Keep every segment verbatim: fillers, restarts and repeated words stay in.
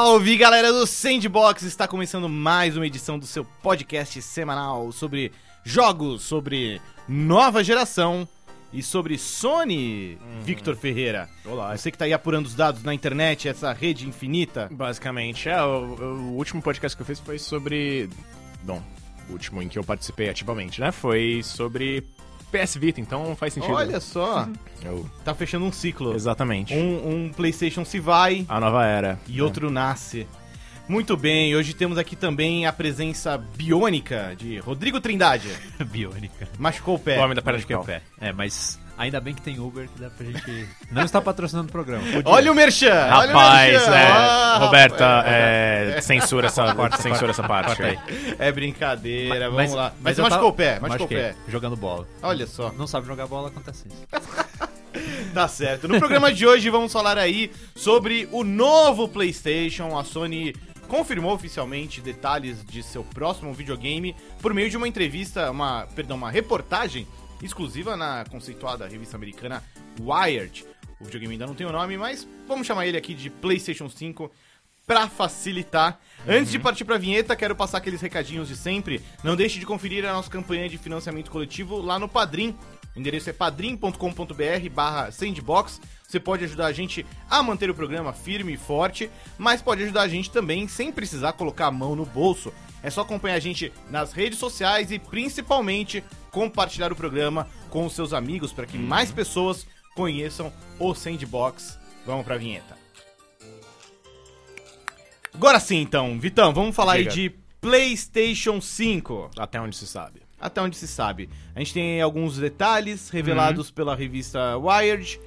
Salve, galera do Sandbox! Está começando mais uma edição do seu podcast semanal sobre jogos, sobre nova geração e sobre Sony, uhum. Victor Ferreira. Olá. Você que tá aí apurando os dados na internet, essa rede infinita. Basicamente, é, o, o último podcast que eu fiz foi sobre... Bom, o último em que eu participei ativamente, né? Foi sobre P S Vita, então faz sentido. Olha só, eu... tá fechando um ciclo. Exatamente. Um, um PlayStation se vai... A nova era. E outro nasce. Muito bem, hoje temos aqui também a presença biônica de Rodrigo Trindade. Biônica. Machucou o pé. O homem da perna de Machuquei pau. o pé. É, mas ainda bem que tem Uber que dá pra gente... Não está patrocinando o programa. Olha o merchan! Rapaz, olha o merchan. é, Ah, Roberta, é, é, censura essa, Corta, censura essa parte. corta aí. É brincadeira, Mas- vamos lá. mas Mas, eu machucou tava- o pé, machucou o Machuquei, pé. jogando bola. Olha só, Não sabe jogar bola, acontece isso. tá certo. No programa de hoje vamos falar aí sobre o novo PlayStation. A Sony confirmou oficialmente detalhes de seu próximo videogame por meio de uma entrevista, uma, perdão, uma reportagem exclusiva na conceituada revista americana Wired. O videogame ainda não tem o nome, mas vamos chamar ele aqui de PlayStation cinco pra facilitar. Antes de partir pra vinheta, quero passar aqueles recadinhos de sempre. Não deixe de conferir a nossa campanha de financiamento coletivo lá no Padrim. O endereço é padrim.com.br barra sandbox. Você pode ajudar a gente a manter o programa firme e forte, mas pode ajudar a gente também sem precisar colocar a mão no bolso. É só acompanhar a gente nas redes sociais e principalmente compartilhar o programa com os seus amigos para que mais pessoas conheçam o Sandbox. Vamos pra vinheta. Agora sim, então, Vitão, vamos falar Diga. aí de PlayStation cinco. Até onde se sabe. Até onde se sabe. A gente tem alguns detalhes revelados pela revista Wired.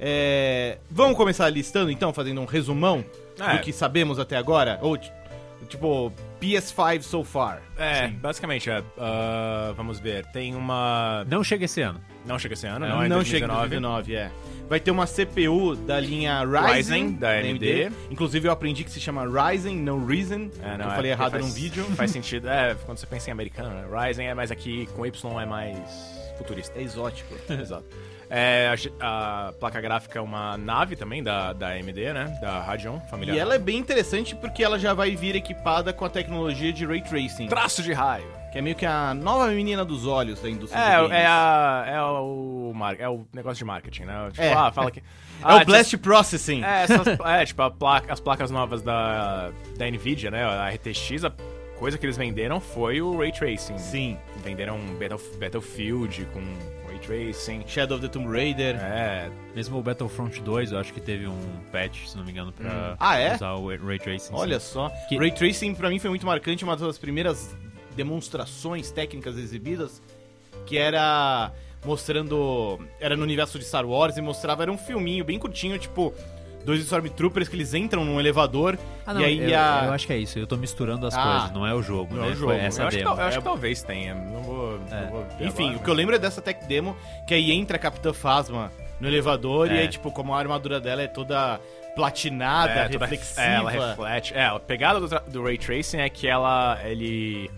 É, vamos começar listando, então, fazendo um resumão É. do que sabemos até agora? Ou, ti- tipo, P S cinco so far. É, basicamente, é, ah, vamos ver, tem uma... Não chega esse ano. Não chega esse ano, Não, não, é não chega em dois mil e dezenove, é. Vai ter uma C P U da linha Ryzen, Ryzen, da A M D. Inclusive, eu aprendi que se chama Ryzen, não Reason. É, não, eu é falei porque errado faz, num vídeo. Faz sentido, é, quando você pensa em americano, né? Ryzen é mais aqui, com Y é mais futurista. É exótico. Exato. É, a, a placa gráfica é uma nave também da, da A M D, né? Da Radeon, familiar. E ela é bem interessante porque ela já vai vir equipada com a tecnologia de Ray Tracing. Traço de raio. Que é meio que a nova menina dos olhos da indústria de É, games. é, a, é, o, mar- é o negócio de marketing, né? Tipo, É. ah, fala que... É ah, o Blast Processing. É, essas, é, tipo, a placa, as placas novas da, da Nvidia, né? A R T X, a coisa que eles venderam foi o Ray Tracing. Sim. Venderam Battle, Battlefield com Ray Tracing. Shadow of the Tomb Raider. É, Mesmo o Battlefront dois, eu acho que teve um patch, se não me engano, pra Ah, é? usar o Ray Tracing. Olha sim. só. Que- Ray Tracing pra mim foi muito marcante, uma das primeiras demonstrações técnicas exibidas, que era mostrando... Era no universo de Star Wars e mostrava... Era um filminho bem curtinho, tipo... Dois Stormtroopers que eles entram num elevador Ah, não, e aí eu, a... eu acho que é isso, eu tô misturando as Ah, coisas, não é o jogo, não é né? o jogo. Foi essa eu acho, que, demo. tal- eu acho É. que talvez tenha. Não vou, É. não vou ver Enfim, agora, o que eu lembro é dessa tech demo, que aí entra a Capitã Phasma no elevador É. e aí, tipo, como a armadura dela é toda platinada, É, toda- reflexiva. é, ela reflete. É, a pegada do, tra- do Ray Tracing é que ela ele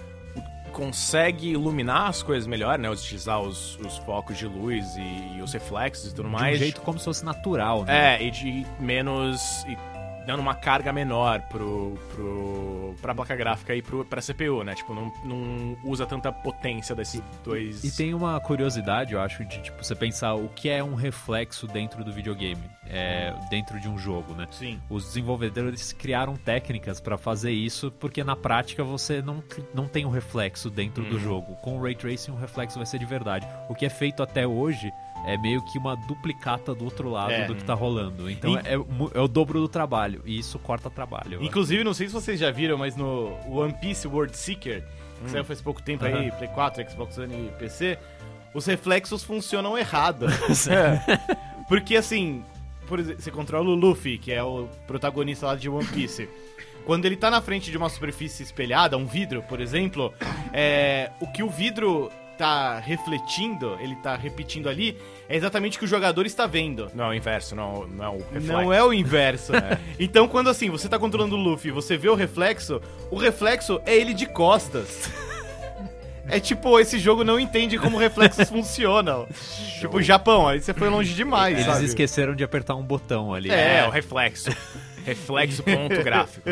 consegue iluminar as coisas melhor, né? Utilizar os, os focos de luz e, e os reflexos e tudo De um mais. jeito como se fosse natural, né? É, e de menos. E dando uma carga menor pro, pro, pra placa gráfica e pro, pra C P U, né? Tipo, não, não usa tanta potência desses dois. E tem uma curiosidade, eu acho, de tipo, você pensar o que é um reflexo dentro do videogame, é, dentro de um jogo, né? Sim. Os desenvolvedores criaram técnicas pra fazer isso, porque na prática você não, não tem um reflexo dentro do jogo. Com o Ray Tracing, o reflexo vai ser de verdade. O que é feito até hoje é meio que uma duplicata do outro lado É. do que tá rolando. Então In- é, mu- é o dobro do trabalho, e isso corta trabalho. eu acho. Inclusive, não sei se vocês já viram, mas no One Piece World Seeker, que saiu faz pouco tempo aí, Aham. Play quatro, Xbox One e P C, os reflexos funcionam errado. Porque assim, por exemplo, você controla o Luffy, que é o protagonista lá de One Piece. Quando ele tá na frente de uma superfície espelhada, um vidro, por exemplo, é, o que o vidro tá refletindo, ele tá repetindo ali, é exatamente o que o jogador está vendo. Não é o inverso, não, não é o reflexo. Não é o inverso. Então, quando assim, você tá controlando o Luffy e você vê o reflexo, o reflexo é ele de costas. É tipo, esse jogo não entende como reflexos funcionam. Tipo, Japão, aí você foi longe demais, Eles sabe? esqueceram de apertar um botão ali. É. É, o reflexo. Reflexo ponto gráfico.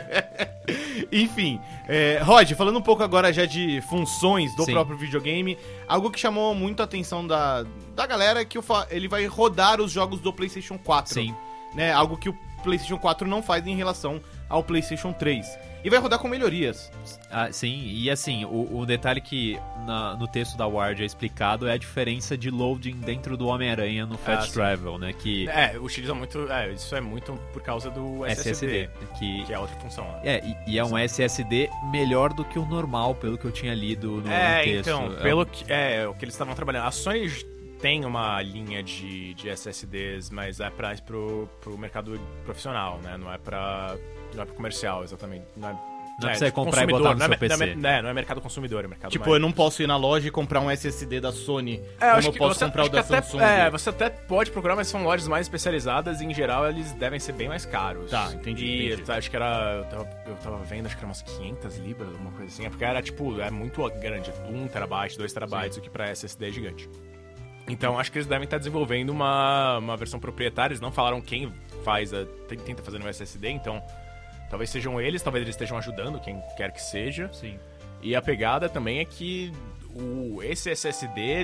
Enfim, é, Rod, falando um pouco agora já de funções do Sim. próprio videogame, algo que chamou muito a atenção da, da galera é que o fa- ele vai rodar os jogos do PlayStation quatro. Sim. Né, algo que o PlayStation quatro não faz em relação ao PlayStation três. E vai rodar com melhorias. Ah, sim, e assim, o, o detalhe que na- no texto da Wired é explicado é a diferença de loading dentro do Homem-Aranha no Fast sim. Travel, né? Que É, utiliza muito. É, isso é muito por causa do S S D, S S D, que que é outra função. Né? é, e, e é um S S D melhor do que o normal, pelo que eu tinha lido no, É, no texto. então, É pelo um- que. É, o que eles estavam trabalhando. A Sony tem uma linha de, de S S Ds, mas é pra, pro, pro mercado profissional, né? Não é pra. Não é pro comercial, exatamente. Não é, Não é pra você comprar e botar no não é, seu P C. Não é, não é, não é mercado consumidor, é mercado Tipo, mais- eu não posso ir na loja e comprar um S S D da Sony, É, eu como acho eu que posso você, comprar o acho da que até, Samsung. É, você até pode procurar, mas são lojas mais especializadas e em geral eles devem ser bem mais caros. Tá, entendi, E entendi. eu acho que era. Eu tava, eu tava vendo, acho que era umas quinhentas libras, alguma coisa assim. É porque era tipo, é muito grande, um terabyte, dois terabytes, o que pra S S D é gigante. Então acho que eles devem estar desenvolvendo uma, uma versão proprietária. Eles não falaram quem faz a. Tenta fazer no S S D, então. Talvez sejam eles, talvez eles estejam ajudando, quem quer que seja. Sim. E a pegada também é que o, esse S S D,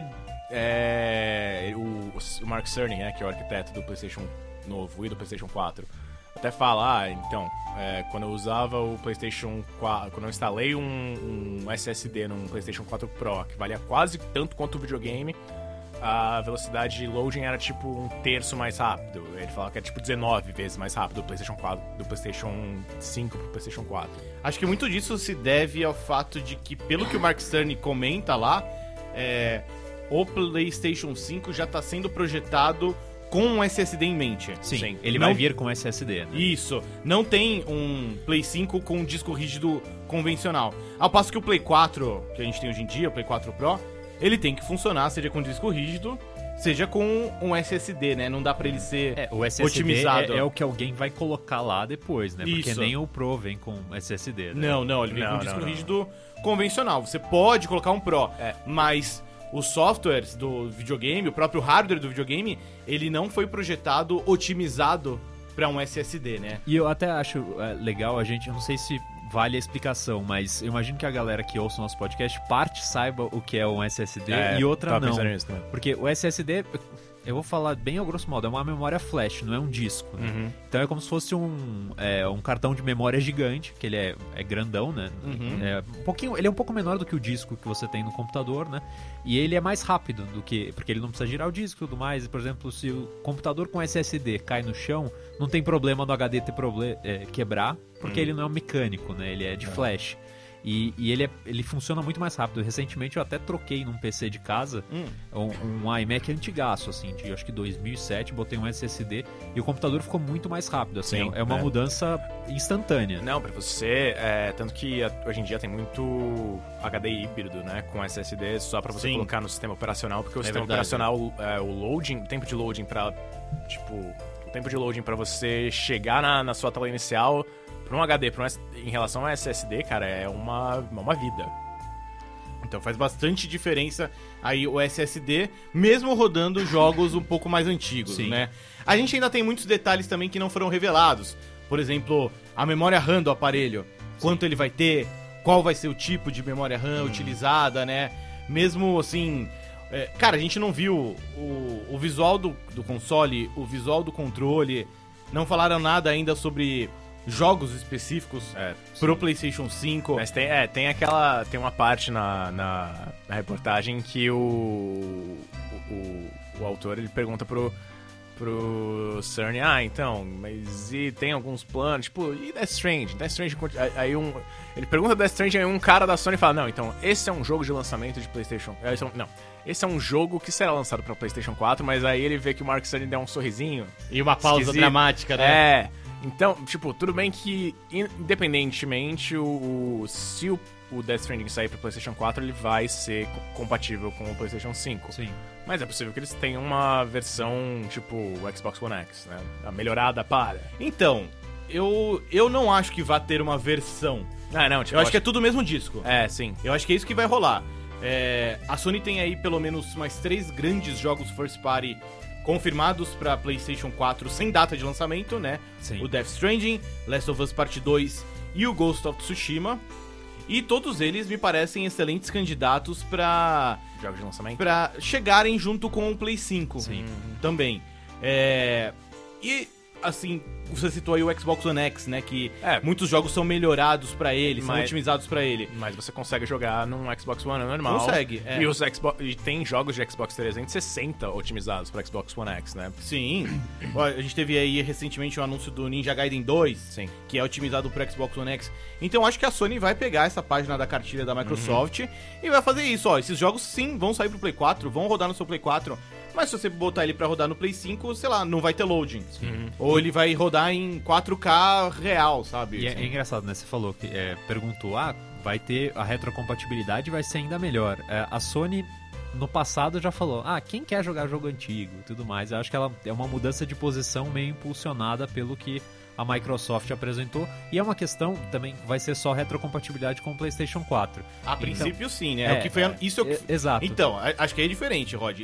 é, o, o Mark Cerny, né, que é o arquiteto do PlayStation novo e do PlayStation quatro, até fala, ah, então, é, quando eu usava o PlayStation quatro, quando eu instalei um, um S S D num PlayStation quatro Pro, que valia quase tanto quanto o videogame, a velocidade de loading era tipo um terço mais rápido. Ele falava que era tipo dezenove vezes mais rápido do PlayStation quatro, do PlayStation cinco pro PlayStation quatro. Acho que muito disso se deve ao fato de que, pelo que o Mark Cerny comenta lá, é, o PlayStation cinco já está sendo projetado com um S S D em mente. Sim, Sim. ele Não- vai vir com S S D, né? Isso, não tem um Play cinco com um disco rígido convencional. Ao passo que o Play quatro, que a gente tem hoje em dia, o Play quatro Pro, ele tem que funcionar, seja com disco rígido, seja com um S S D, né? Não dá pra ele ser É, o S S D otimizado. é, é o que alguém vai colocar lá depois, né? Porque Isso. nem o Pro vem com S S D, né? Não, não, ele vem Não, com um não, disco não. rígido convencional. Você pode colocar um Pro, É. mas os softwares do videogame, o próprio hardware do videogame, ele não foi projetado otimizado pra um S S D, né? E eu até acho é, legal a gente, eu não sei se vale a explicação, mas eu imagino que a galera que ouça o nosso podcast, parte saiba o que é um S S D É, e outra tava não. pensando nisso também. Porque o S S D, eu vou falar bem ao grosso modo, é uma memória flash, não é um disco, né? Uhum. Então é como se fosse um, é, um cartão de memória gigante, que ele é, é grandão, né? Uhum. É um pouquinho, ele é um pouco menor do que o disco que você tem no computador, né? E ele é mais rápido do que... Porque ele não precisa girar o disco e tudo mais. E, por exemplo, se o computador com S S D cai no chão, não tem problema do H D ter proble- é, quebrar, porque ele não é um mecânico, né? Ele é de flash. E, e ele, é, ele funciona muito mais rápido. Recentemente eu até troquei num P C de casa Hum. um, um iMac antigaço, assim, de acho que dois mil e sete, botei um S S D e o computador ficou muito mais rápido, assim, Sim, é uma é. mudança instantânea. Não, pra você, é, tanto que a- hoje em dia tem muito H D híbrido, né, com S S D, só pra você Sim. colocar no sistema operacional, porque o É sistema verdade. operacional, é, o loading, o tempo de loading pra, tipo, o tempo de loading pra você chegar na, na sua tela inicial, pra um H D, pra um S- em relação ao S S D, cara, é uma, uma vida. Então faz bastante diferença aí o S S D, mesmo rodando jogos um pouco mais antigos, Sim. né? A gente ainda tem muitos detalhes também que não foram revelados. Por exemplo, a memória RAM do aparelho. Quanto ele vai ter, qual vai ser o tipo de memória RAM utilizada, né? Mesmo assim... é, cara, a gente não viu o, o visual do, do console, o visual do controle. Não falaram nada ainda sobre jogos específicos É, pro PlayStation cinco. Mas tem, é, tem aquela. Tem uma parte na, na, na reportagem que o, o, o, o autor ele pergunta pro, pro Cerny, ah, então, mas e tem alguns planos, tipo, e Death Stranding? Death Stranding, conti- aí- aí um. Ele pergunta Death Stranding, aí um cara da Sony fala, não, então, esse é um jogo de lançamento de PlayStation. Aí, então, não, esse é um jogo que será lançado pra PlayStation quatro, mas aí ele vê que o Mark Cerny deu um sorrisinho. E uma pausa Esquisito. dramática, né? É. Então, tipo, tudo bem que, independentemente, o, o- se o, o Death Stranding sair pro PlayStation quatro, ele vai ser co- compatível com o PlayStation cinco. Sim. Mas é possível que eles tenham uma versão, tipo, o Xbox One X, né? A melhorada para. Então, eu, eu não acho que vá ter uma versão. Ah, não, tipo, Eu acho que é tudo o mesmo disco. É, sim. Eu acho que é isso que vai rolar. É, a Sony tem aí pelo menos mais três grandes jogos first party confirmados pra PlayStation quatro sem data de lançamento, né? Sim. O Death Stranding, Last of Us Part dois e o Ghost of Tsushima. E todos eles me parecem excelentes candidatos pra, Jogos de lançamento. pra chegarem junto com o Play cinco. Sim. Também. É... E, assim, você citou aí o Xbox One X, né? Que É. muitos jogos são melhorados pra ele, são Mas- otimizados pra ele. Mas você consegue jogar num Xbox One normal. Consegue, é. E, os Xbox, e tem jogos de Xbox trezentos e sessenta otimizados para Xbox One X, né? Sim. Ó, a gente teve aí recentemente o anúncio do Ninja Gaiden dois, Sim. que é otimizado pro Xbox One X. Então acho que a Sony vai pegar essa página da cartilha da Microsoft e vai fazer isso, ó. Esses jogos sim vão sair pro Play quatro, vão rodar no seu Play quatro. Mas se você botar ele pra rodar no Play cinco, sei lá, não vai ter loading. Ou ele vai rodar em quatro K real, sabe? E é, é engraçado, né? Você falou que é, perguntou, ah, vai ter a retrocompatibilidade, vai ser ainda melhor. É, a Sony no passado já falou, ah, quem quer jogar jogo antigo e tudo mais. Eu acho que ela é uma mudança de posição meio impulsionada pelo que a Microsoft apresentou. E é uma questão também, vai ser só retrocompatibilidade com o PlayStation quatro. A princípio sim, né? É, É, o que foi, é, isso é o que- é, exato. Então, a- acho que é diferente, Rod.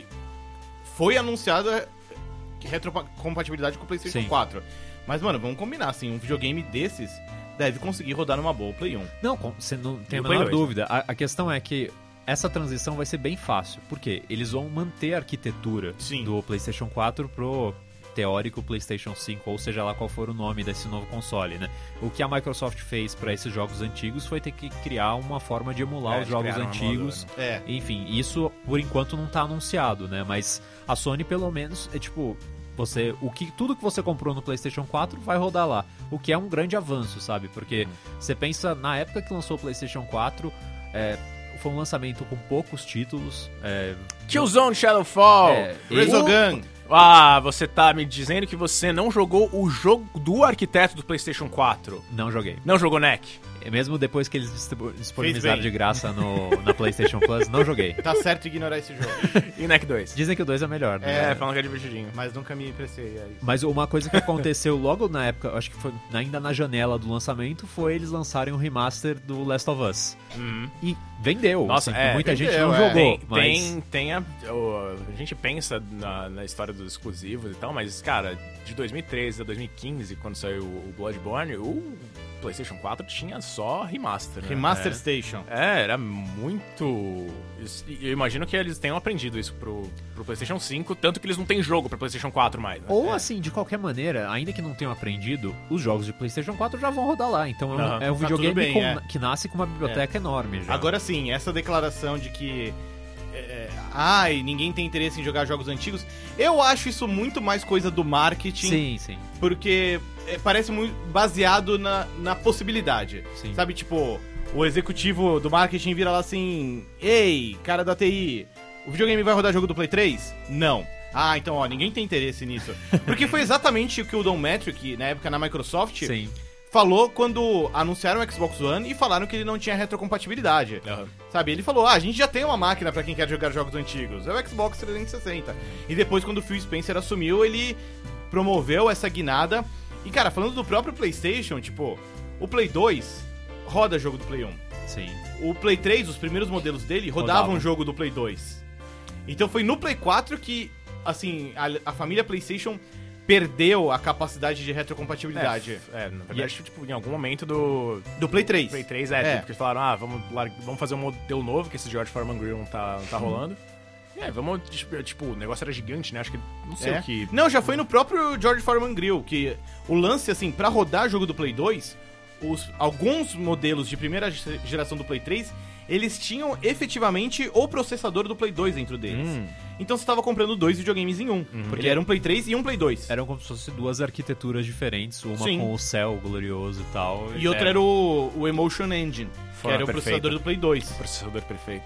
Foi anunciada retrocompatibilidade com o PlayStation Sim. quatro. Mas, mano, vamos combinar, assim, um videogame desses deve conseguir rodar numa boa Play um. Não, com- você não tem E a o Play menor dois? dúvida. A, a questão é que essa transição vai ser bem fácil. Por quê? Eles vão manter a arquitetura Sim. do PlayStation quatro pro teórico PlayStation cinco, ou seja lá qual for o nome desse novo console, né? O que a Microsoft fez para esses jogos antigos foi ter que criar uma forma de emular É, os de jogos criar um antigos. emulador, É. Enfim, isso por enquanto não tá anunciado, né? Mas a Sony pelo menos é tipo, você, o que tudo que você comprou no PlayStation quatro vai rodar lá, o que é um grande avanço, sabe? Porque você pensa na época que lançou o PlayStation quatro, é, foi um lançamento com poucos títulos. É, Killzone Shadowfall! é, Resogun. Ah, você tá me dizendo que você não jogou o jogo do arquiteto do PlayStation quatro. não joguei. Não jogou N E C. Mesmo depois que eles distribu- disponibilizaram bem. de graça no, na PlayStation Plus, não joguei. Tá certo ignorar esse jogo. E N E C dois. Dizem que o dois é melhor, né? É, falando que é divertidinho. Mas nunca me apreciei a isso. Mas uma coisa que aconteceu logo na época, acho que foi ainda na janela do lançamento, foi eles lançarem um remaster do Last of Us. Uhum. E vendeu. Nossa, assim, é, muita gente vendeu, não é. jogou, Tem, mas... tem, tem a, o- a gente pensa na, na história dos exclusivos e tal, mas, cara, de dois mil e treze a dois mil e quinze, quando saiu o Bloodborne, o PlayStation quatro tinha só remaster, né? Remaster É. Station. É, era muito... Eu imagino que eles tenham aprendido isso pro, pro PlayStation cinco, tanto que eles não têm jogo pra PlayStation quatro mais, né? Ou assim, de qualquer maneira, ainda que não tenham aprendido, os jogos de PlayStation quatro já vão rodar lá. Então é um, Aham. é um Tá tudo videogame bem, com- é. que nasce com uma biblioteca enorme já. Agora sim, essa declaração de que. É, ai, ninguém tem interesse em jogar jogos antigos. Eu acho isso muito mais coisa do marketing. Sim, sim. Porque é, parece muito baseado na, na possibilidade. Sim. Sabe, tipo, o executivo do marketing vira lá assim: Ei, cara da T I, o videogame vai rodar jogo do Play três? Não. Ah, então, ó, ninguém tem interesse nisso. Porque foi exatamente o que o Don Metric, na época na Microsoft, Sim. falou quando anunciaram o Xbox One e falaram que ele não tinha retrocompatibilidade. Aham. Sabe, ele falou, ah, a gente já tem uma máquina pra quem quer jogar jogos antigos, é o Xbox trezentos e sessenta. E depois, quando o Phil Spencer assumiu, ele promoveu essa guinada. E, cara, falando do próprio PlayStation, tipo, o Play dois roda jogo do Play um. Sim. O Play três, os primeiros modelos dele, rodavam Rodavam. jogo do Play dois. Então foi no Play quatro que, assim, a, a família PlayStation perdeu a capacidade de retrocompatibilidade. É, na verdade, tipo, em algum momento do Do Play três. Play três, é, É. porque eles falaram, ah, vamos, lar- vamos fazer um modelo novo, que esse George Foreman Grill não tá, não tá rolando. E aí, vamos, tipo, tipo, o negócio era gigante, né? Acho que, não sei É. o que... Não, já foi no próprio George Foreman Grill, que o lance, assim, pra rodar jogo do Play dois, os, alguns modelos de primeira ge- geração do Play três, eles tinham efetivamente o processador do Play dois dentro deles. Hum. Então você tava comprando dois videogames em um, porque era um Play três e um Play dois. Eram como se fossem duas arquiteturas diferentes, uma Sim. com o céu glorioso e tal. E outro era o, o Emotion Engine, que Forma era o perfeita. processador do Play dois. Processador perfeito.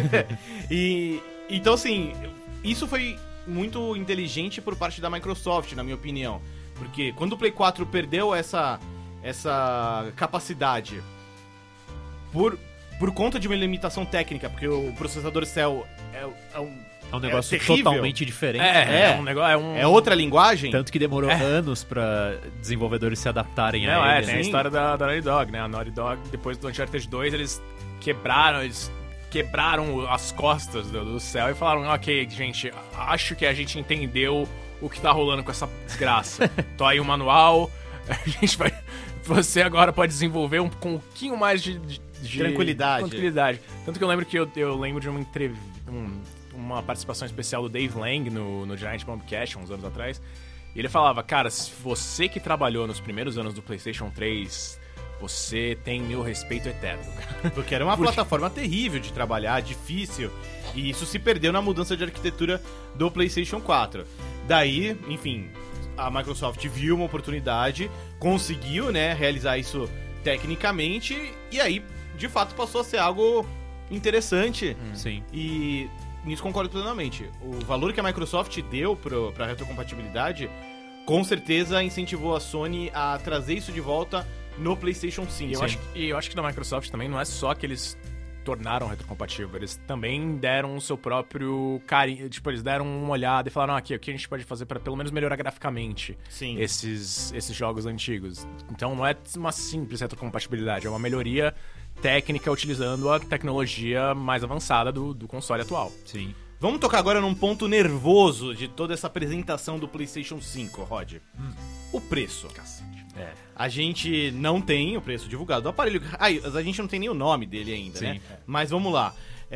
E então, assim, isso foi muito inteligente por parte da Microsoft, na minha opinião. Porque quando o Play quatro perdeu essa, essa capacidade por, por conta de uma limitação técnica, porque o processador Cell é, é um, É um negócio terrível. totalmente diferente. É, É. é um negócio... É, um... é outra linguagem. Tanto que demorou É. anos pra desenvolvedores se adaptarem Não, a é, ele. tem a né? sim. história da, da Naughty Dog, né? A Naughty Dog, depois do Uncharted dois, eles quebraram, eles quebraram as costas do, do céu e falaram, ok, gente, acho que a gente entendeu o que tá rolando com essa desgraça. Tô aí o manual, a gente vai... Você agora pode desenvolver um, com um pouquinho mais de... de, de tranquilidade. tranquilidade. Tanto que eu lembro que eu, eu lembro de uma entrevista... Um, uma participação especial do Dave Lang no, no Giant Bombcast, uns anos atrás. E ele falava, cara, se você que trabalhou nos primeiros anos do PlayStation três, você tem meu respeito eterno. Porque era uma Porque... plataforma terrível de trabalhar, difícil. E isso se perdeu na mudança de arquitetura do PlayStation quatro. Daí, enfim, a Microsoft viu uma oportunidade, conseguiu, né, realizar isso tecnicamente, e aí, de fato, passou a ser algo interessante. Hum. Sim. E... nisso concordo plenamente. O valor que a Microsoft deu pro, pra retrocompatibilidade, com certeza incentivou a Sony a trazer isso de volta no PlayStation cinco. E eu, acho, e eu acho que na Microsoft também não é só que eles tornaram retrocompatível, eles também deram o seu próprio carinho, tipo, eles deram uma olhada e falaram, ah, aqui, o que a gente pode fazer para pelo menos melhorar graficamente Sim. esses, esses jogos antigos. Então não é uma simples retrocompatibilidade, é uma melhoria técnica utilizando a tecnologia mais avançada do, do console atual. Sim. Vamos tocar agora num ponto nervoso de toda essa apresentação do PlayStation cinco, Rod. Hum. O preço. Cacete. É. A gente não tem o preço divulgado do aparelho. Ah, a gente não tem nem o nome dele ainda, Sim. né? É. Mas vamos lá.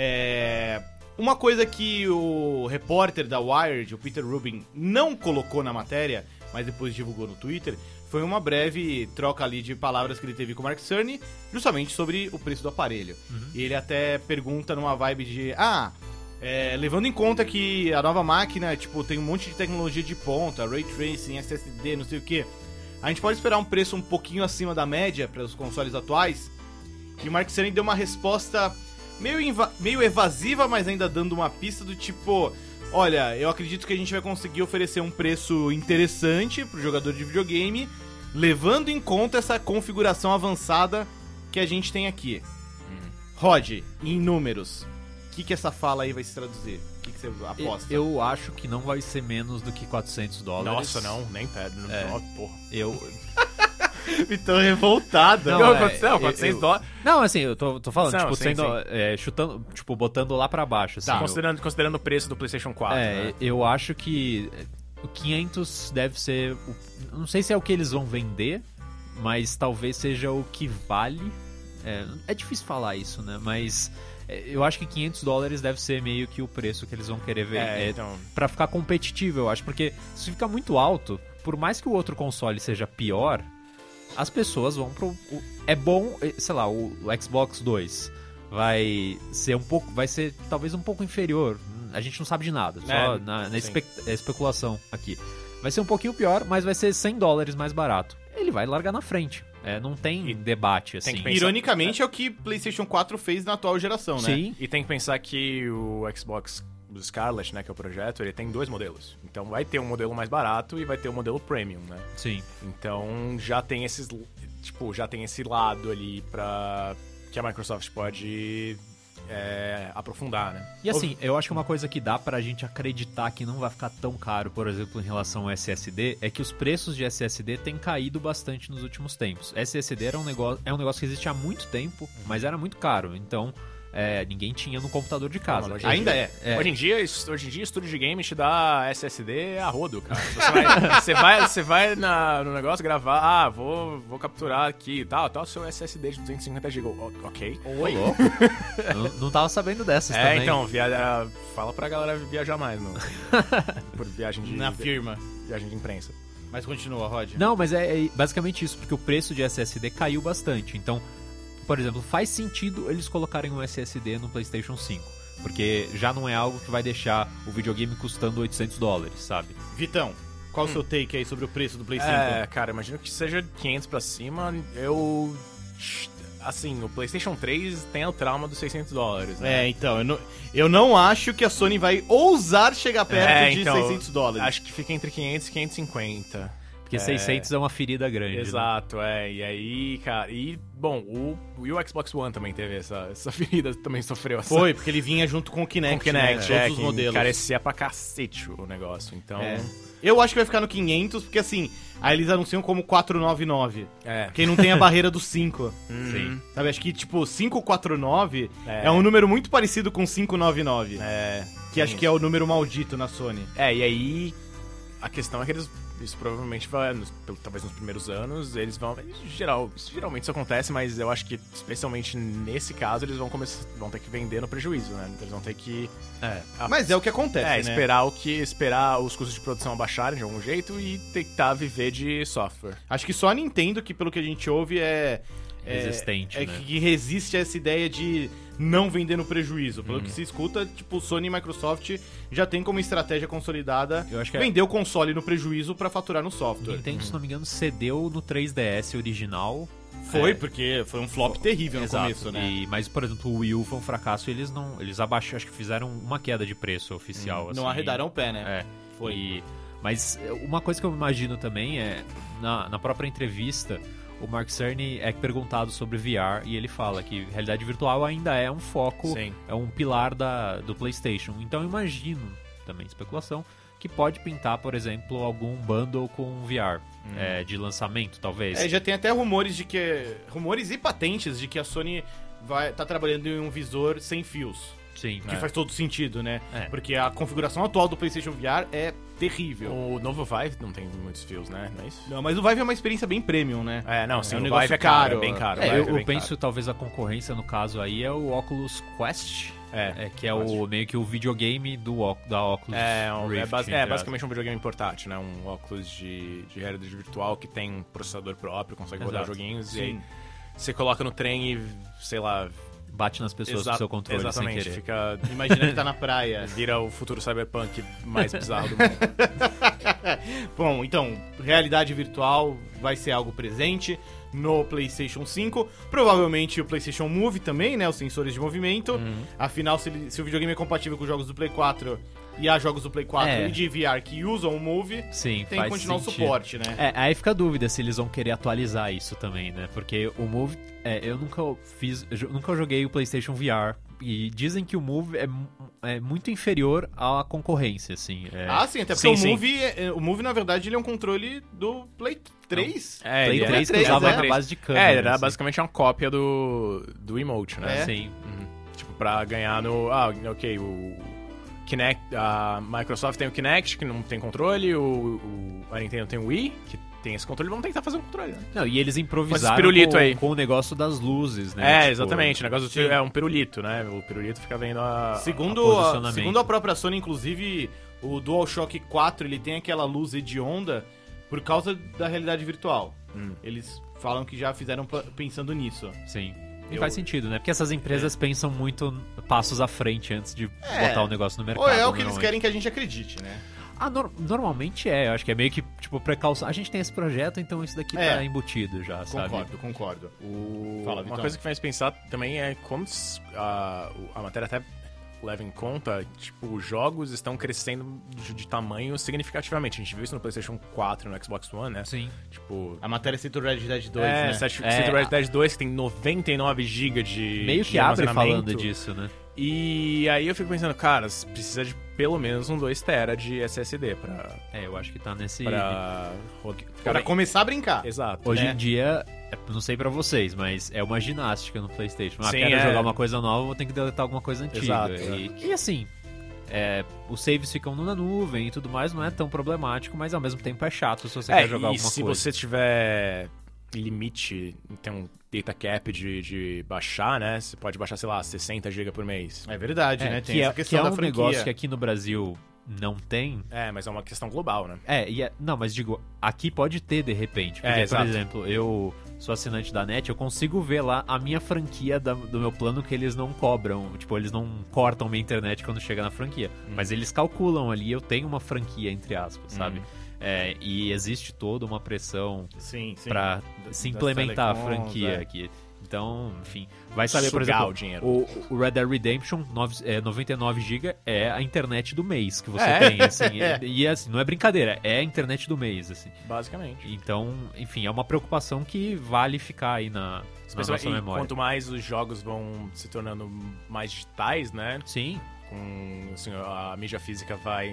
É... Uma coisa que o repórter da Wired, o Peter Rubin, não colocou na matéria, mas depois divulgou no Twitter, foi uma breve troca ali de palavras que ele teve com o Mark Cerny, justamente sobre o preço do aparelho. Uhum. E ele até pergunta numa vibe de... Ah, é, levando em conta que a nova máquina, tipo, tem um monte de tecnologia de ponta, Ray Tracing, S S D, não sei o quê. A gente pode esperar um preço um pouquinho acima da média para os consoles atuais? E o Mark Cerny deu uma resposta meio, meio evasiva, mas ainda dando uma pista do tipo... Olha, eu acredito que a gente vai conseguir oferecer um preço interessante pro jogador de videogame, levando em conta essa configuração avançada que a gente tem aqui. Uhum. Rod, em números, o que, que essa fala aí vai se traduzir? O que, que você aposta? Eu, eu acho que não vai ser menos do que quatrocentos dólares. Nossa, não, nem pede. É, não, porra. Eu... Então revoltado. Não, não é, aconteceu, quatrocentos dólares. Não, assim, eu tô, tô falando, não, tipo, sim, sendo, sim. É, chutando, tipo, botando lá pra baixo. Assim, tá, eu, considerando, considerando o preço do PlayStation quatro. É, né? eu acho que o quinhentos deve ser... O, não sei se é o que eles vão vender, mas talvez seja o que vale. É, é difícil falar isso, né? Mas eu acho que quinhentos dólares deve ser meio que o preço que eles vão querer ver. É, é, então... Pra ficar competitivo, eu acho. Porque se ficar muito alto, por mais que o outro console seja pior... As pessoas vão pro... É bom, sei lá, o, o Xbox dois vai ser um pouco... Vai ser talvez um pouco inferior. A gente não sabe de nada, só é, na, na espe, especulação aqui. Vai ser um pouquinho pior, mas vai ser cem dólares mais barato. Ele vai largar na frente. É, não tem e debate, assim. Tem Ironicamente, é. é o que PlayStation quatro fez na atual geração, né? Sim. E tem que pensar que o Xbox Scarlett, né, que é o projeto, ele tem dois modelos. Então vai ter um modelo mais barato e vai ter um modelo premium, né? Sim. Então já tem esses, tipo, já tem esse lado ali pra que a Microsoft pode é, aprofundar, né? E assim, eu acho que uma coisa que dá pra gente acreditar que não vai ficar tão caro, por exemplo, em relação ao S S D, é que os preços de S S D têm caído bastante nos últimos tempos. S S D era um negócio, é um negócio que existe há muito tempo, mas era muito caro. Então... É, ninguém tinha no computador de casa. Não, Ainda é. é. Hoje em dia, hoje em dia, estúdio de game te dá S S D a rodo, cara. Você vai, você vai, você vai na, no negócio gravar, ah, vou, vou capturar aqui e tal, tal, seu S S D de duzentos e cinquenta gigas. Ok. Oi. não, não tava sabendo dessas é, também. É, então, via, fala pra galera viajar mais, não. Por viagem de... Na firma. Viagem de imprensa. Mas continua, Rod. Não, mas é, é basicamente isso, porque o preço de S S D caiu bastante. Então... Por exemplo, faz sentido eles colocarem um S S D no PlayStation cinco, porque já não é algo que vai deixar o videogame custando oitocentos dólares, sabe? Vitão, qual hum. o seu take aí sobre o preço do Play cinco? É, cara, imagino que seja quinhentos pra cima. Eu... Assim, o PlayStation três tem o trauma dos seiscentos dólares, né? É, então, eu não, eu não acho que a Sony vai ousar chegar perto é, de então, seiscentos dólares. Acho que fica entre quinhentos e quinhentos e cinquenta. Porque é... seiscentos é uma ferida grande. Exato, né? é. E aí, cara... E, bom, o, o Xbox One também teve essa, essa ferida, também sofreu essa... Foi, porque ele vinha junto com o Kinect, com o Kinect, né? é, Todos os modelos. Carecia pra cacete o negócio, então... É. Eu acho que vai ficar no quinhentos, porque assim, aí eles anunciam como quatrocentos e noventa e nove. É. Quem não tem a barreira dos cinco. Sim. Sabe, acho que tipo cinco quatro nove é. É. é um número muito parecido com quinhentos e noventa e nove. É. Que acho que é o número maldito na Sony. É, e aí a questão é que eles, isso provavelmente vai, nos, talvez nos primeiros anos, eles vão, em geral, isso, geralmente isso acontece, mas eu acho que especialmente nesse caso eles vão começar, vão ter que vender no prejuízo, né? Eles vão ter que É. a- Mas é o que acontece, é, né? esperar o que esperar os custos de produção abaixarem de algum jeito e tentar viver de software. Acho que só a Nintendo, que pelo que a gente ouve é... é- Resistente, é, né? que resiste a essa ideia de não vender no prejuízo. Uhum. Pelo que se escuta, tipo, Sony e Microsoft já tem como estratégia consolidada Eu acho que é- vender o console no prejuízo pra faturar no software. Nintendo, se não me engano, cedeu no três D S original. Foi, É, porque foi um flop terrível no Exato. começo, né? E- mas, por exemplo, o Wii U foi um fracasso e eles não. Eles abaixaram, acho que fizeram uma queda de preço oficial. assim, Não arredaram o pé, né? É. Foi. E- mas uma coisa que eu imagino também é, na, na própria entrevista, o Mark Cerny é perguntado sobre V R e ele fala que realidade virtual ainda é um foco, Sim. é um pilar da, do PlayStation. Então eu imagino, também especulação, que pode pintar, por exemplo, algum bundle com V R é, de lançamento, talvez. É, já tem até rumores de que... Rumores e patentes de que a Sony vai tá trabalhando em um visor sem fios. Sim. Que é. faz todo sentido, né? É. Porque a configuração atual do PlayStation V R é terrível. O novo Vive não tem muitos fios, né? Não é isso? Não, mas o Vive é uma experiência bem premium, né? É, não, sim, um o negócio Vive é caro, caro. é bem caro. o É, Vive eu, é eu bem penso caro. talvez a concorrência no caso aí é o Oculus Quest, É, é, que é o meio que o videogame do, Oc- da Oculus É, um- é, Rift, basi- é entre basicamente um videogame portátil, né? Um óculos de, de realidade virtual que tem um processador próprio, consegue rodar Exato. joguinhos. E Sim. aí você coloca no trem e, sei lá... bate nas pessoas exa- com seu controle sem Exatamente, querer. fica... Imagina que tá na praia. Vira o futuro cyberpunk mais bizarro do mundo. Bom, então, realidade virtual vai ser algo presente no PlayStation cinco. Provavelmente o PlayStation Move também, né? Os sensores de movimento. Uhum. Afinal, se, ele- se o videogame é compatível com os jogos do Play quatro e há jogos do Play quatro É. e de V R que usam o Move, Sim, tem que faz continuar sentido. o suporte, né? É, aí fica a dúvida se eles vão querer atualizar isso também, né? Porque o Move, é, eu nunca fiz, eu nunca joguei o PlayStation V R e dizem que o Move é, mu- é muito inferior à concorrência, assim. É, Ah, sim, até porque Sim, o sim. Move, é- é- o Move, na verdade, ele é um controle do Play três. É, Play ele é- três que três, usava é. na base de câmera. É, era assim. basicamente uma cópia do, do Emote, né? É. Sim. Uhum. Tipo, pra ganhar no... Ah, ok, o Kinect... A Microsoft tem o Kinect, que não tem controle, o, o, a Nintendo tem o Wii, que tem esse controle, vamos tentar fazer um controle, né? Não, e eles improvisaram pirulito com, aí. com o negócio das luzes, né? É, Tipo, exatamente, o negócio do, sim. é um pirulito, né? O pirulito fica vendo a... Segundo, a a, posicionamento. segundo a própria Sony, inclusive, o DualShock quatro, ele tem aquela luz hedionda por causa da realidade virtual. Hum. Eles falam que já fizeram pla- pensando nisso. Sim. E Eu- faz sentido, né? Porque essas empresas pensam muito passos à frente antes de É. botar o negócio no mercado. Ou é o que eles normalmente. querem que a gente acredite, né? Ah, nor- normalmente é. Eu acho que é meio que, tipo, precaução. A gente tem esse projeto, então isso daqui É. tá embutido já, sabe? Concordo, concordo. O- Fala, uma Vitão. coisa que faz pensar também é como s- a, o- a matéria até leva em conta, tipo, os jogos estão crescendo de, de tamanho significativamente. A gente viu isso no PlayStation quatro, no Xbox One, né? Sim. Tipo... A matéria cita o Red Dead dois, é, né? Street É, Red Dead dois, que tem noventa e nove gigas de Meio de que abre armazenamento. falando disso, né? E aí eu fico pensando, cara, precisa de pelo menos um dois tera de S S D pra... É, eu acho que tá nesse... pra... rod- ficar Pra bem- começar a brincar. Exato. Hoje né? em dia, é, não sei pra vocês, mas é uma ginástica no PlayStation. Ah, Sim, quero é. jogar uma coisa nova, vou ter que deletar alguma coisa antiga. Exato, E, e assim, é, os saves ficam na nuvem e tudo mais, não é tão problemático, mas ao mesmo tempo é chato se você É, quer jogar e alguma se coisa. você tiver limite, tem um data cap de, de baixar, né? Você pode baixar, sei lá, sessenta gigas por mês. É verdade, É, né? Tem que, essa é, questão que é da um franquia. negócio que aqui no Brasil não tem. É, mas é uma questão global, né? É, e é- não, mas digo, aqui pode ter de repente. Porque, É, por exato. exemplo, eu sou assinante da NET, eu consigo ver lá a minha franquia da- do meu plano que eles não cobram. Tipo, eles não cortam minha internet quando chega na franquia. Hum. Mas eles calculam ali, eu tenho uma franquia, entre aspas, sabe? Hum. É, e existe toda uma pressão Sim, sim. pra Das- se das implementar a telecoms, franquia é. aqui. Então, enfim, vai saber, por Sugar exemplo, o dinheiro. o, o Red Dead Redemption nove- é, noventa e nove gigas é a internet do mês que você É. tem, assim, É. e, e, assim, não é brincadeira, é a internet do mês, assim. Basicamente. Então, enfim, é uma preocupação que vale ficar aí na, na Especialmente- nossa e memória. quanto mais os jogos vão se tornando mais digitais, né? Sim, Com, assim, a mídia física vai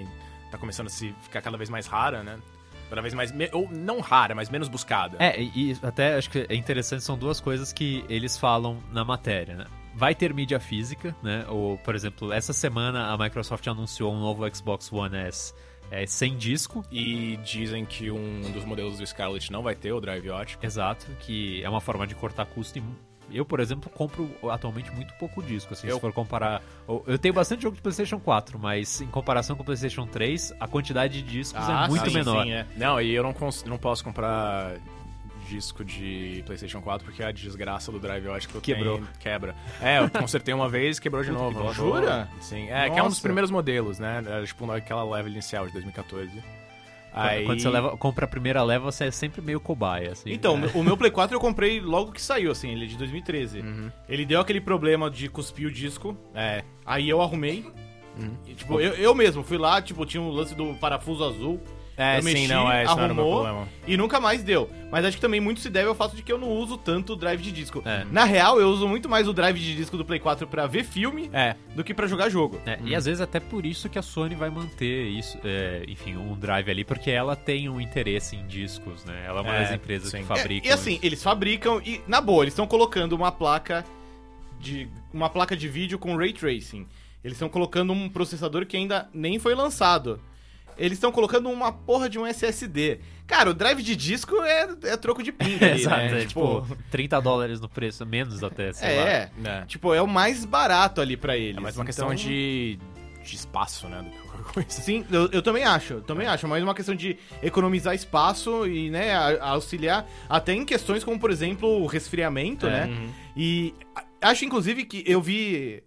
tá começando a se ficar cada vez mais rara, né? Cada vez mais... Me... Ou não rara, mas menos buscada. É, e, e até acho que é interessante, são duas coisas que eles falam na matéria, né? Vai ter mídia física, né? Ou, por exemplo, essa semana a Microsoft anunciou um novo Xbox One S é, sem disco. E dizem que um dos modelos do Scarlett não vai ter o drive ótico. Exato, que é uma forma de cortar custo. E eu, por exemplo, compro atualmente muito pouco disco, assim, eu... se for comparar... Eu tenho bastante jogo de PlayStation quatro, mas em comparação com o PlayStation três, a quantidade de discos Ah, é muito sim, menor. sim, é. Não, e eu não, cons... não posso comprar disco de PlayStation quatro porque a desgraça do drive ótico Quebrou. Tem... quebra. É, eu consertei uma vez e quebrou de novo. que Eu jura? vou- Sim, é, que é um dos Nossa. primeiros modelos, né? Era tipo aquela leva inicial de dois mil e quatorze. Aí... Quando você leva, compra a primeira leva, você é sempre meio cobaia, assim. Então, né? o meu Play quatro eu comprei logo que saiu, assim, ele é de dois mil e treze. Uhum. Ele deu aquele problema de cuspir o disco, É, aí eu arrumei. Uhum. E, tipo, eu, eu mesmo fui lá, tipo, tinha um lance do parafuso azul. é eu sim, mexi, não, é, isso não era o meu arrumou problema. e nunca mais deu. Mas acho que também muito se deve ao fato de que eu não uso tanto o drive de disco. É. Na real, eu uso muito mais o drive de disco do Play quatro pra ver filme É, do que pra jogar jogo. É, E às vezes até por isso que a Sony vai manter isso, é, enfim, um drive ali, porque ela tem um interesse em discos, né? Ela é uma É, das empresas sim. que É, fabricam. e assim, eles fabricam e, na boa, eles estão colocando uma placa de uma placa de vídeo com Ray Tracing. Eles estão colocando um processador que ainda nem foi lançado. Eles estão colocando uma porra de um S S D. Cara, o drive de disco é, é troco de pinga ali, Exato, né? é, tipo, trinta dólares no preço, menos até, sei lá. é, é. tipo, é o mais barato ali pra eles. É mais uma questão Então, de, de espaço, né? Do que qualquer coisa. Sim, eu, eu também acho, eu também acho. É mais uma questão de economizar espaço e, né, a- a auxiliar até em questões como, por exemplo, o resfriamento, É. né? Uhum. E a- acho, inclusive, que eu vi...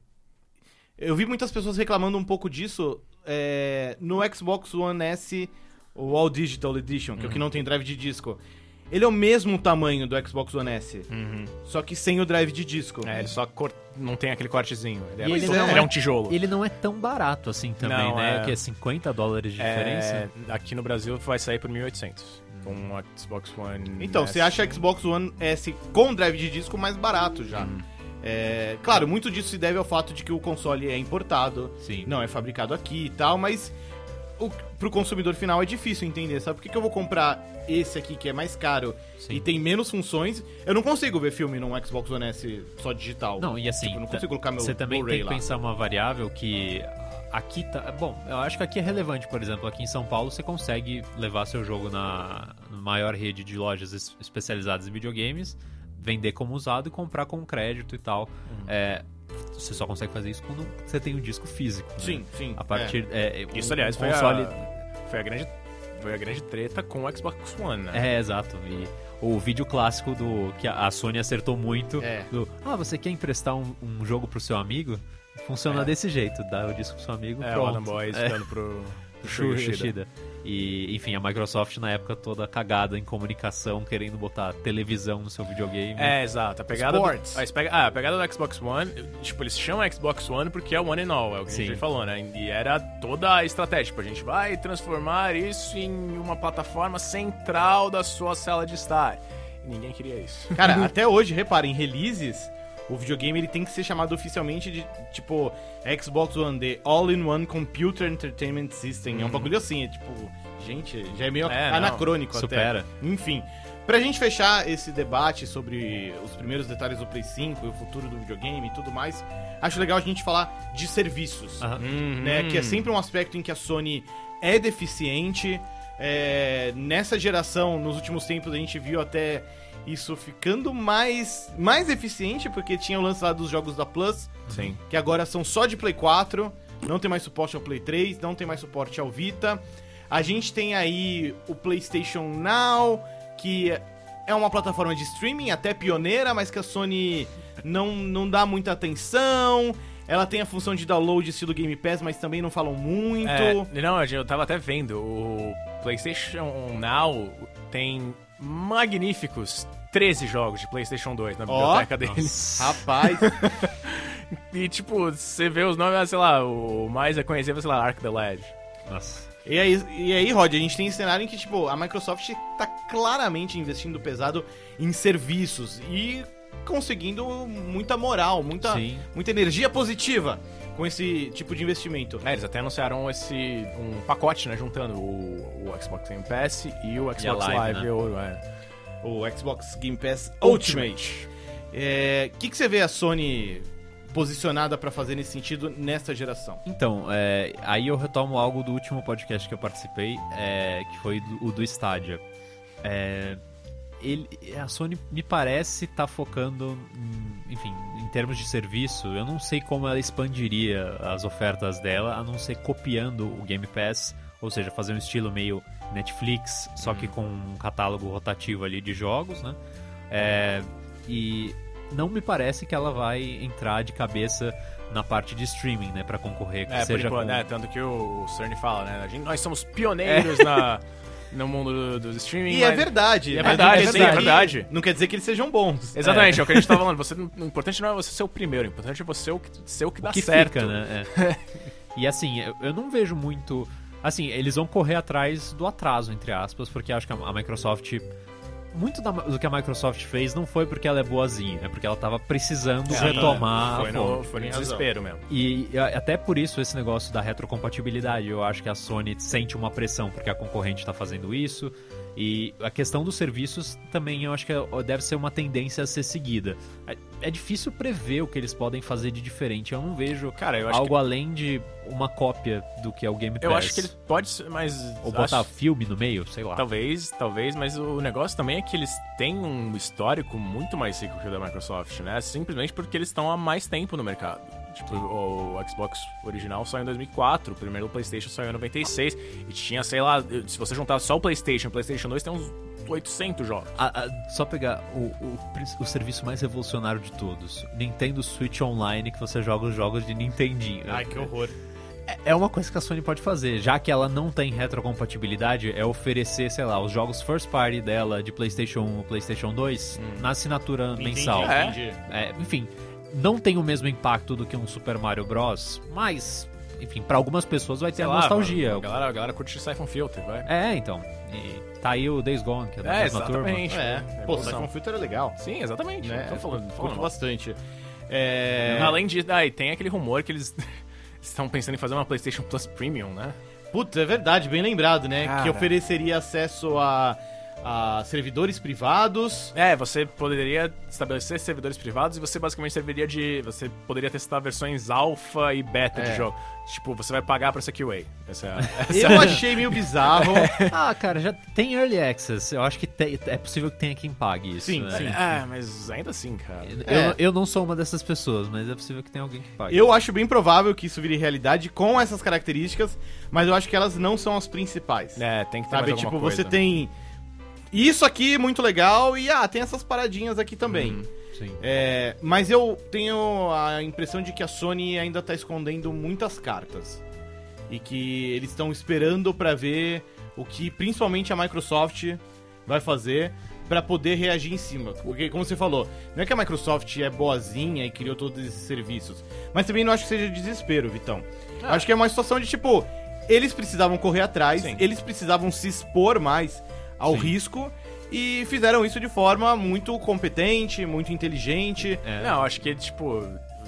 Eu vi muitas pessoas reclamando um pouco disso é, no Xbox One S, o All Digital Edition, que é o que não tem drive de disco. Ele é o mesmo tamanho do Xbox One S, Uhum. só que sem o drive de disco. É, ele só cor... não tem aquele cortezinho. Ele é, E mais- ele ele não é é- um tijolo. Ele não é tão barato assim também, Não, né? é- Que é cinquenta dólares de diferença. É, aqui no Brasil vai sair por mil e oitocentos. Com o Xbox One Então, S. você acha Xbox One S com drive de disco mais barato já. Hum. É, claro, muito disso se deve ao fato de que o console é importado, Sim. não é fabricado aqui e tal, mas o, pro consumidor final é difícil entender, sabe? Por que, que eu vou comprar esse aqui que é mais caro Sim. e tem menos funções? Eu não consigo ver filme num Xbox One S só digital. Não, e assim, Tipo, eu não consigo colocar meu você também Blu-ray tem que lá. pensar uma variável que aqui tá... Bom, eu acho que aqui é relevante, por exemplo, aqui em São Paulo você consegue levar seu jogo na maior rede de lojas es- especializadas em videogames, vender como usado e comprar com crédito e tal. Uhum. É, você só consegue fazer isso quando você tem um disco físico. né? Sim, sim. A partir... é, Isso, o- aliás, o foi, console... a, foi, a grande, foi a grande treta com o Xbox One, né? É, exato. E o vídeo clássico do que a a Sony acertou muito, É. do, ah, você quer emprestar um, um jogo pro seu amigo? Funciona É. desse jeito, dá o disco pro seu amigo, É, o pronto. Adam Boys É. dando pro, pro Shu Shuhei Yoshida. Yoshida. E, enfim, a Microsoft na época toda cagada em comunicação, querendo botar televisão no seu videogame. É, exato. A pegada, do, Sports. a, espega- ah, a pegada do Xbox One, tipo, eles chamam Xbox One porque é o One and All, é o que a Sim. gente falou, né? E era toda a estratégia, tipo, a gente vai transformar isso em uma plataforma central da sua sala de estar. E ninguém queria isso. Cara, até hoje, repara, em releases, o videogame ele tem que ser chamado oficialmente de, tipo, Xbox One, The All-in-One Computer Entertainment System. É um bagulho assim, é tipo, gente, já é meio É, não, anacrônico supera. até. Enfim, pra gente fechar esse debate sobre os primeiros detalhes do Play cinco e o futuro do videogame e tudo mais, acho legal a gente falar de serviços. Aham. Né, que é sempre um aspecto em que a Sony é deficiente. É, nessa geração, nos últimos tempos, a gente viu até isso ficando mais, mais eficiente, porque tinha o lance lá dos jogos da Plus, Sim. que agora são só de Play quatro, não tem mais suporte ao Play três, não tem mais suporte ao Vita. A gente tem aí o PlayStation Now, que é uma plataforma de streaming, até pioneira, mas que a Sony não, não dá muita atenção. Ela tem a função de download estilo Game Pass, mas também não falam muito. É, não, eu tava até vendo, o PlayStation Now tem magníficos treze jogos de PlayStation dois na biblioteca deles. Rapaz, E, tipo, você vê os nomes, sei lá, o mais a conhecer, sei lá, Ark the Ledge. Nossa. e aí, e aí, Rod, a gente tem esse cenário em que, tipo, a Microsoft tá claramente investindo pesado em serviços e conseguindo muita moral, muita, Sim. muita energia positiva com esse tipo de investimento. É, eles até anunciaram esse um pacote, né, juntando o, o Xbox Game Pass e o Xbox E a Live, Live, né? ou, é. O Xbox Game Pass Ultimate. O é, que, que você vê a Sony posicionada pra fazer nesse sentido nesta geração? Então, é, aí eu retomo algo do último podcast que eu participei, é, que foi do, o do Stadia. É, ele, a Sony me parece estar tá focando, em, enfim, em termos de serviço. Eu não sei como ela expandiria as ofertas dela, a não ser copiando o Game Pass, ou seja, fazer um estilo meio Netflix, só Uhum. que com um catálogo rotativo ali de jogos, né? É, e não me parece que ela vai entrar de cabeça na parte de streaming, né, pra concorrer, que É, por seja enquanto, com... né, tanto que o Cerny fala, né, a gente, nós somos pioneiros na, no mundo do- dos streaming. E é mas- verdade. É mas verdade, não quer sim, dizer é que- verdade. Não quer dizer que eles sejam bons. Exatamente, é. o que a gente tá falando. Você, o importante não é você ser o primeiro, o importante é você o que, ser o que dá o que certo. fica, né? É. E assim, eu, eu não vejo muito... Assim, eles vão correr atrás do atraso, entre aspas, porque acho que a, a Microsoft... Muito da- do que a Microsoft fez não foi porque ela é boazinha, é porque ela tava precisando Sim, retomar Foi a no, fonte. foi no Tem razão. desespero mesmo. E e até por isso esse negócio da retrocompatibilidade, eu acho que a Sony sente uma pressão porque a concorrente está fazendo isso. E a questão dos serviços também eu acho que deve ser uma tendência a ser seguida. É- É difícil prever o que eles podem fazer de diferente. Eu não vejo Cara, eu acho algo além de uma cópia do que é o Game Pass. Eu acho que eles pode ser, mas Ou botar acho- filme no meio, sei lá. talvez, talvez, mas o negócio também é que eles têm um histórico muito mais rico que o da Microsoft, né? Simplesmente porque eles estão há mais tempo no mercado. Tipo, o Xbox original saiu em dois mil e quatro, o primeiro PlayStation saiu em noventa e seis, e tinha, sei lá, se você juntar só o PlayStation e o PlayStation dois, tem uns oitocentos jogos. A- a- só pegar o, o, prin- o serviço mais revolucionário de todos, Nintendo Switch Online, que você joga os jogos de Nintendinho. Ai, que horror. É- É uma coisa que a Sony pode fazer, já que ela não tem retrocompatibilidade, é oferecer, sei lá, os jogos first party dela de PlayStation um ou PlayStation dois na assinatura Entendi, mensal. É. entendi. É, enfim, não tem o mesmo impacto do que um Super Mario Bros, mas, enfim, pra algumas pessoas vai ter Sei a lá, nostalgia. A galera, a galera curte Siphon Filter, vai. É, então. E tá aí o Days Gone, que é da É, mesma turma. exatamente. É, pô, o evolução. Siphon Filter é legal. Sim, exatamente. Né? Tô falando, tô Curto falando. bastante. É... Além disso, aí tem aquele rumor que eles estão pensando em fazer uma PlayStation Plus Premium, né? Putz, é verdade, bem lembrado, né? Cara. Que ofereceria acesso a, a servidores privados. É, você poderia estabelecer servidores privados e você basicamente serviria de... Você poderia testar versões alpha e beta É. de jogo. Tipo, você vai pagar pra essa Q A. Essa é a... Essa Eu achei meio bizarro. Ah, cara, já tem Early Access. Eu acho que te- é possível que tenha quem pague isso. Sim, né? sim. É, mas ainda assim, cara. Eu, É. eu não sou uma dessas pessoas, mas é possível que tenha alguém que pague. Eu acho bem provável que isso vire realidade com essas características, mas eu acho que elas não são as principais. É, tem que ter Sabe, mais tipo, alguma você coisa. tem isso aqui muito legal e ah, tem essas paradinhas aqui também. Uhum. Sim. É, mas eu tenho a impressão de que a Sony ainda tá escondendo muitas cartas. E que eles estão esperando pra ver o que principalmente a Microsoft vai fazer pra poder reagir em cima. Porque, como você falou, não é que a Microsoft é boazinha e criou todos esses serviços. Mas também não acho que seja desespero, Vitão. Ah. Acho que é uma situação de tipo, eles precisavam correr atrás, Sim. eles precisavam se expor mais ao Sim. risco. E fizeram isso de forma muito competente, muito inteligente. É. Não, acho que, tipo,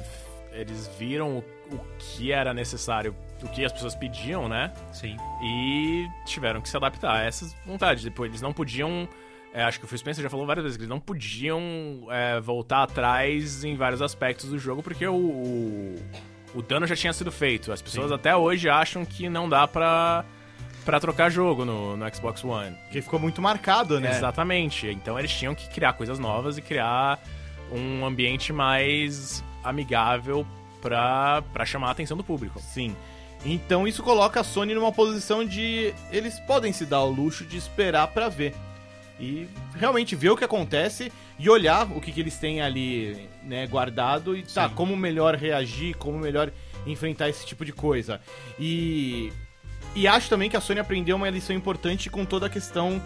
eles viram o, o que era necessário, o que as pessoas pediam, né? Sim. E tiveram que se adaptar a essas vontades. Depois, eles não podiam... é, acho que o Phil Spencer já falou várias vezes que eles não podiam é, voltar atrás em vários aspectos do jogo, porque o, o, o dano já tinha sido feito. As pessoas Sim. até hoje acham que não dá pra, pra trocar jogo no, no Xbox One. Que ficou muito marcado, né? Exatamente. Então eles tinham que criar coisas novas e criar um ambiente mais amigável pra, pra chamar a atenção do público. Sim. Então isso coloca a Sony numa posição de eles podem se dar o luxo de esperar pra ver. E realmente ver o que acontece e olhar o que, que eles têm ali, né, guardado e tá, Sim. como melhor reagir, como melhor enfrentar esse tipo de coisa. E e acho também que a Sony aprendeu uma lição importante com toda a questão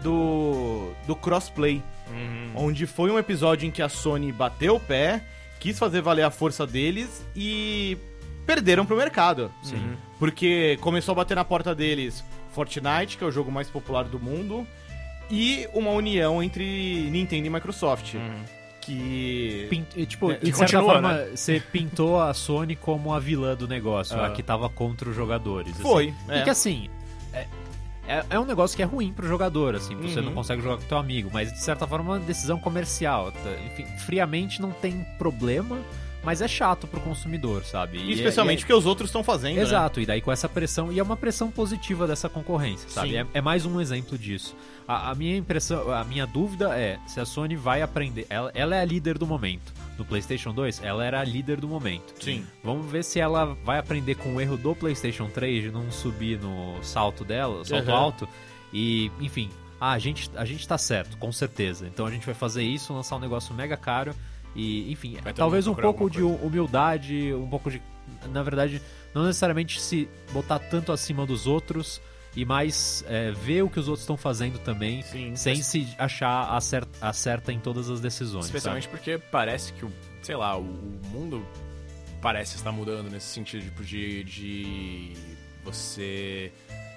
do do crossplay, onde foi um episódio em que a Sony bateu o pé, quis fazer valer a força deles e perderam pro mercado. Sim. Porque começou a bater na porta deles Fortnite, que é o jogo mais popular do mundo, e uma união entre Nintendo e Microsoft. Uhum. que... Pin- e, tipo, É, de certa continua, forma, né? você pintou a Sony como a vilã do negócio, Ah. a que tava contra os jogadores. assim. Foi, é. E que assim, é, é, é um negócio que é ruim pro jogador, assim, você Uhum. não consegue jogar com teu amigo, mas de certa forma é uma decisão comercial. tá? Enfim, friamente não tem problema, mas é chato pro consumidor, sabe? E é- Especialmente e é- porque os outros estão fazendo, né? Exato, e daí com essa pressão, e é uma pressão positiva dessa concorrência, sabe? Sim. É, é mais um exemplo disso. A, a minha impressão, a minha dúvida é se a Sony vai aprender. Ela, ela é a líder do momento. No PlayStation dois, ela era a líder do momento. Sim. Vamos ver se ela vai aprender com o erro do PlayStation três de não subir no salto dela, salto Uhum. alto. E, enfim, ah, a gente, a gente tá certo, com certeza. Então a gente vai fazer isso, lançar um negócio mega caro. E, enfim, Vai todo talvez mundo um procurar pouco de alguma humildade, um pouco de. Na verdade, não necessariamente se botar tanto acima dos outros e mais é, ver o que os outros estão fazendo também, Sim. sem se achar acerta, acerta em todas as decisões. Especialmente sabe? porque parece que, o, sei lá, o, o mundo parece estar mudando nesse sentido tipo, de, de você...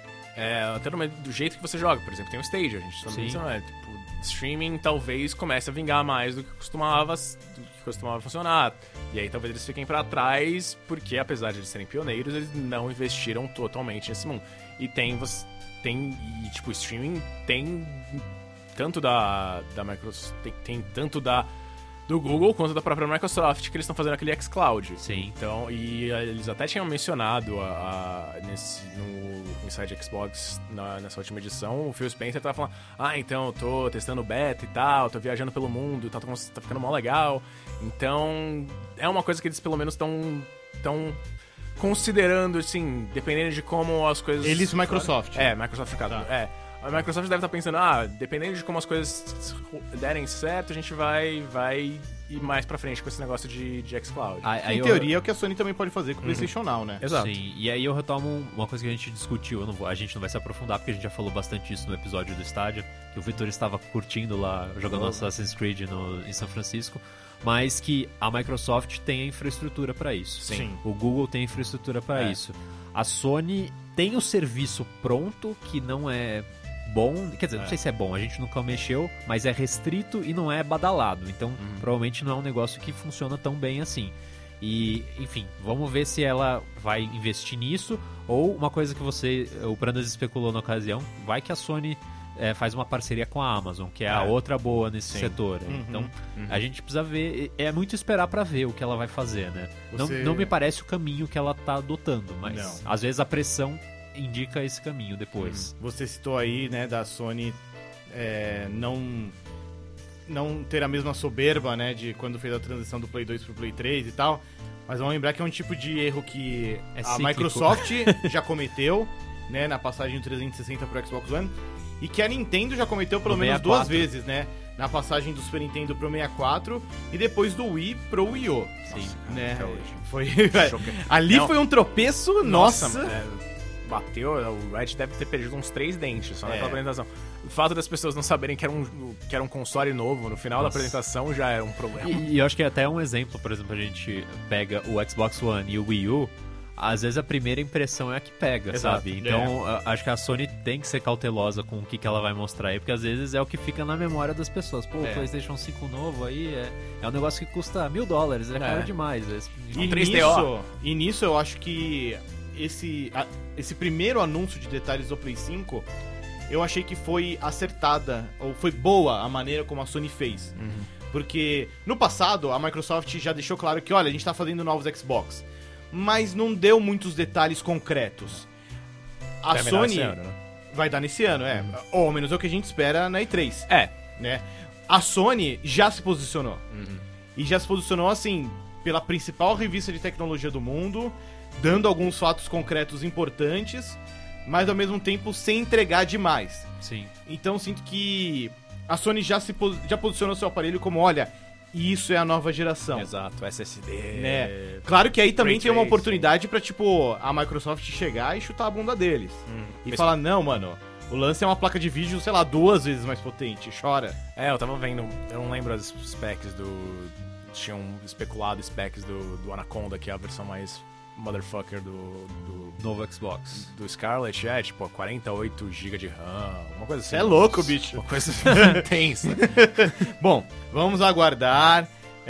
É, até no, do jeito que você joga. Por exemplo, tem o Stadia, a gente também Sim. é, tipo, streaming talvez comece a vingar mais do que costumava, do que costumava funcionar. E aí talvez eles fiquem pra trás, porque apesar de eles serem pioneiros, eles não investiram totalmente nesse mundo. E tem, você, tem e, tipo, streaming tem tanto da, da Microsoft, tem, tem tanto da do Google quanto da própria Microsoft, que eles estão fazendo aquele xCloud. Sim. Então, e uh, eles até tinham mencionado a, a- nesse, no Inside Xbox, na- nessa última edição, o Phil Spencer tava falando, ah, então, eu tô testando beta e tal, tô viajando pelo mundo, tá, tá ficando mó legal. Então, é uma coisa que eles pelo menos estão tão considerando, assim, dependendo de como as coisas... Eles, Microsoft. É, Microsoft, no caso. Tá. É. A Microsoft deve estar pensando, ah, dependendo de como as coisas derem certo, a gente vai, vai ir mais pra frente com esse negócio de, de xCloud. Aí- aí Em eu- teoria é o que a Sony também pode fazer com o PlayStation Now, né? Exato. Sim, e aí eu retomo uma coisa que a gente discutiu, eu não vou- a gente não vai se aprofundar porque a gente já falou bastante disso no episódio do estádio, que o Vitor estava curtindo lá, jogando Oh. Assassin's Creed no, em São Francisco, mas que a Microsoft tem a infraestrutura para isso. Sim. O Google tem a infraestrutura para É. isso. A Sony tem o serviço pronto, que não é bom, quer dizer, não É. sei se é bom, a gente nunca mexeu, mas é restrito e não é badalado, então Uhum. provavelmente não é um negócio que funciona tão bem assim. E, enfim, vamos ver se ela vai investir nisso, ou uma coisa que você, o Brandas especulou na ocasião, vai que a Sony é, faz uma parceria com a Amazon, que é, a É. outra boa nesse Sim. setor. Uhum. Então, Uhum. a gente precisa ver, é muito esperar pra ver o que ela vai fazer, né? Você- Não, não me parece o caminho que ela tá adotando, mas Não. às vezes a pressão indica esse caminho depois. Você citou aí, né, da Sony é, não não ter a mesma soberba, né, de quando fez a transição do Play dois pro Play três e tal. Mas vamos lembrar que é um tipo de erro que É a cíclico. Microsoft já cometeu, né, na passagem do trezentos e sessenta pro Xbox One, e que a Nintendo já cometeu pelo No menos sessenta e quatro. duas vezes, né, na passagem do Super Nintendo pro sessenta e quatro e depois do Wii pro Wii U. Sim. Né? até hoje. Foi Chocante. ali Não. foi um tropeço, nossa. é, bateu, o Red deve ter perdido uns três dentes só É. naquela apresentação. O fato das pessoas não saberem que era um, que era um console novo no final Nossa. da apresentação já era um problema. E, e eu acho que até um exemplo, por exemplo, a gente pega o Xbox One e o Wii U, às vezes a primeira impressão é a que pega, Exato, sabe? Então, a- acho que a Sony tem que ser cautelosa com o que, que ela vai mostrar aí, porque às vezes é o que fica na memória das pessoas. Pô, É. o PlayStation cinco novo aí é, é um negócio que custa mil dólares, é, É. caro demais. É, E Um três D O. nisso, e nisso eu acho que esse, a- esse primeiro anúncio de detalhes do Play cinco, eu achei que foi acertada, ou foi boa a maneira como a Sony fez. Porque no passado a Microsoft já deixou claro que, olha, a gente tá fazendo novos Xbox, mas não deu muitos detalhes concretos. A Vai me dar Sony esse ano, né? vai dar nesse ano, é. Ou ao menos é o que a gente espera na E três, É. né? A Sony já se posicionou. Uhum. E já se posicionou, assim, pela principal revista de tecnologia do mundo, dando alguns fatos concretos importantes, mas ao mesmo tempo sem entregar demais. sim. Então sinto que a Sony já, se, pos- já posicionou seu aparelho como, olha, isso é a nova geração. Exato, S S D. Né? Claro que aí também Ray tem uma tracing. oportunidade pra, tipo, a Microsoft chegar e chutar a bunda deles. Hum. E Mas- falar, não, mano, o lance é uma placa de vídeo, sei lá, duas vezes mais potente, chora. É, eu tava vendo, eu não lembro as specs do... Tinham especulado specs do, do Anaconda, que é a versão mais, motherfucker do, do, Novo Xbox. do Scarlet, é, tipo, quarenta e oito gigas de RAM, uma coisa assim. Você é louco, bicho. Uma coisa intensa. Bom, vamos aguardar.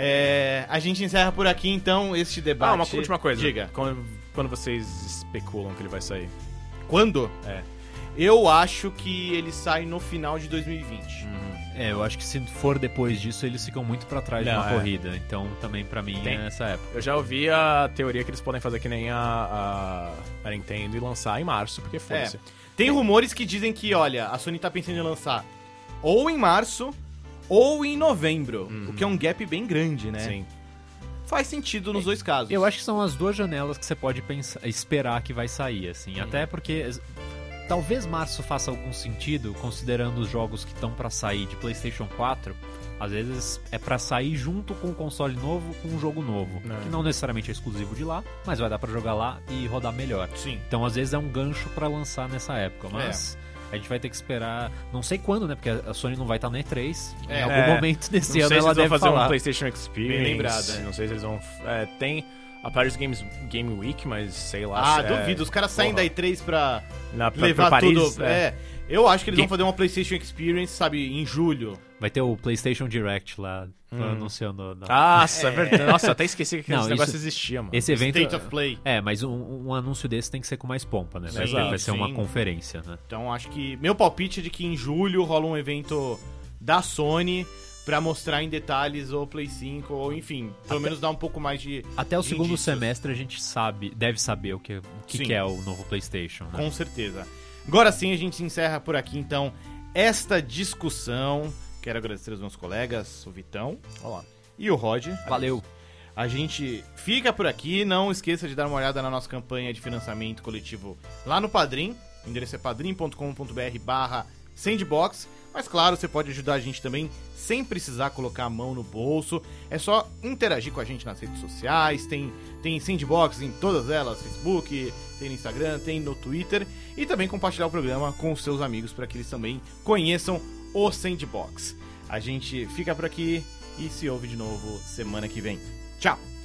É, a gente encerra por aqui, então, este debate. Ah, uma última coisa. Diga. Quando, quando vocês especulam que ele vai sair? Quando? É. Eu acho que ele sai no final de dois mil e vinte. É, eu acho que se for depois disso, eles ficam muito pra trás Não, de uma é. corrida. Então, também pra mim, Tem- é nessa época. Eu já ouvi a teoria que eles podem fazer que nem a, a, a Nintendo e lançar em março, porque foda-se. Tem rumores que dizem que, olha, a Sony tá pensando em lançar ou em março ou em novembro, o que é um gap bem grande, né? Sim. Faz sentido nos dois casos. Eu acho que são as duas janelas que você pode pensar, esperar que vai sair, assim. Até porque talvez março faça algum sentido, considerando os jogos que estão pra sair de PlayStation quatro. Às vezes é pra sair junto com o console novo, com um jogo novo. É. Que não necessariamente é exclusivo de lá, mas vai dar pra jogar lá e rodar melhor. Sim. Então, às vezes é um gancho pra lançar nessa época, mas a gente vai ter que esperar, não sei quando, né? Porque a Sony não vai estar na E três. É. Em algum É. momento desse Não ano sei se ela eles vão deve fazer falar. um PlayStation Experience. Bem lembrado, é. Não sei se eles vão... É, tem a Paris Games Game Week, mas sei lá... Ah, se é- duvido. Os caras saem Porra. da E três pra Na, pra, levar pra Paris, tudo. é. É. Eu acho que eles Game- vão fazer uma PlayStation Experience, sabe, em julho. Vai ter o PlayStation Direct lá, Hum. anunciando. na- Nossa, é verdade. Nossa, até esqueci que Não, esse negócio isso- existia, mano. Esse evento. State of Play. É, mas um, um anúncio desse tem que ser com mais pompa, né? Vai, Sim, ser- vai ser uma sim. conferência, né? Então acho que... Meu palpite é de que em julho rola um evento da Sony pra mostrar em detalhes o Play cinco, ou enfim, pelo menos dar um pouco mais de... Até o de segundo indícios. semestre a gente sabe, deve saber o que, o que, Sim. que é o novo PlayStation, né? Com certeza. Agora sim, a gente encerra por aqui, então, esta discussão. Quero agradecer aos meus colegas, o Vitão Olá. e o Rod. Valeu! A gente fica por aqui. Não esqueça de dar uma olhada na nossa campanha de financiamento coletivo lá no Padrim. O endereço é padrim.com.br barra sandbox. Mas claro, você pode ajudar a gente também sem precisar colocar a mão no bolso. É só interagir com a gente nas redes sociais. Tem, tem Sandbox em todas elas, Facebook, tem no Instagram, tem no Twitter. E também compartilhar o programa com os seus amigos para que eles também conheçam o Sandbox. A gente fica por aqui e se ouve de novo semana que vem. Tchau!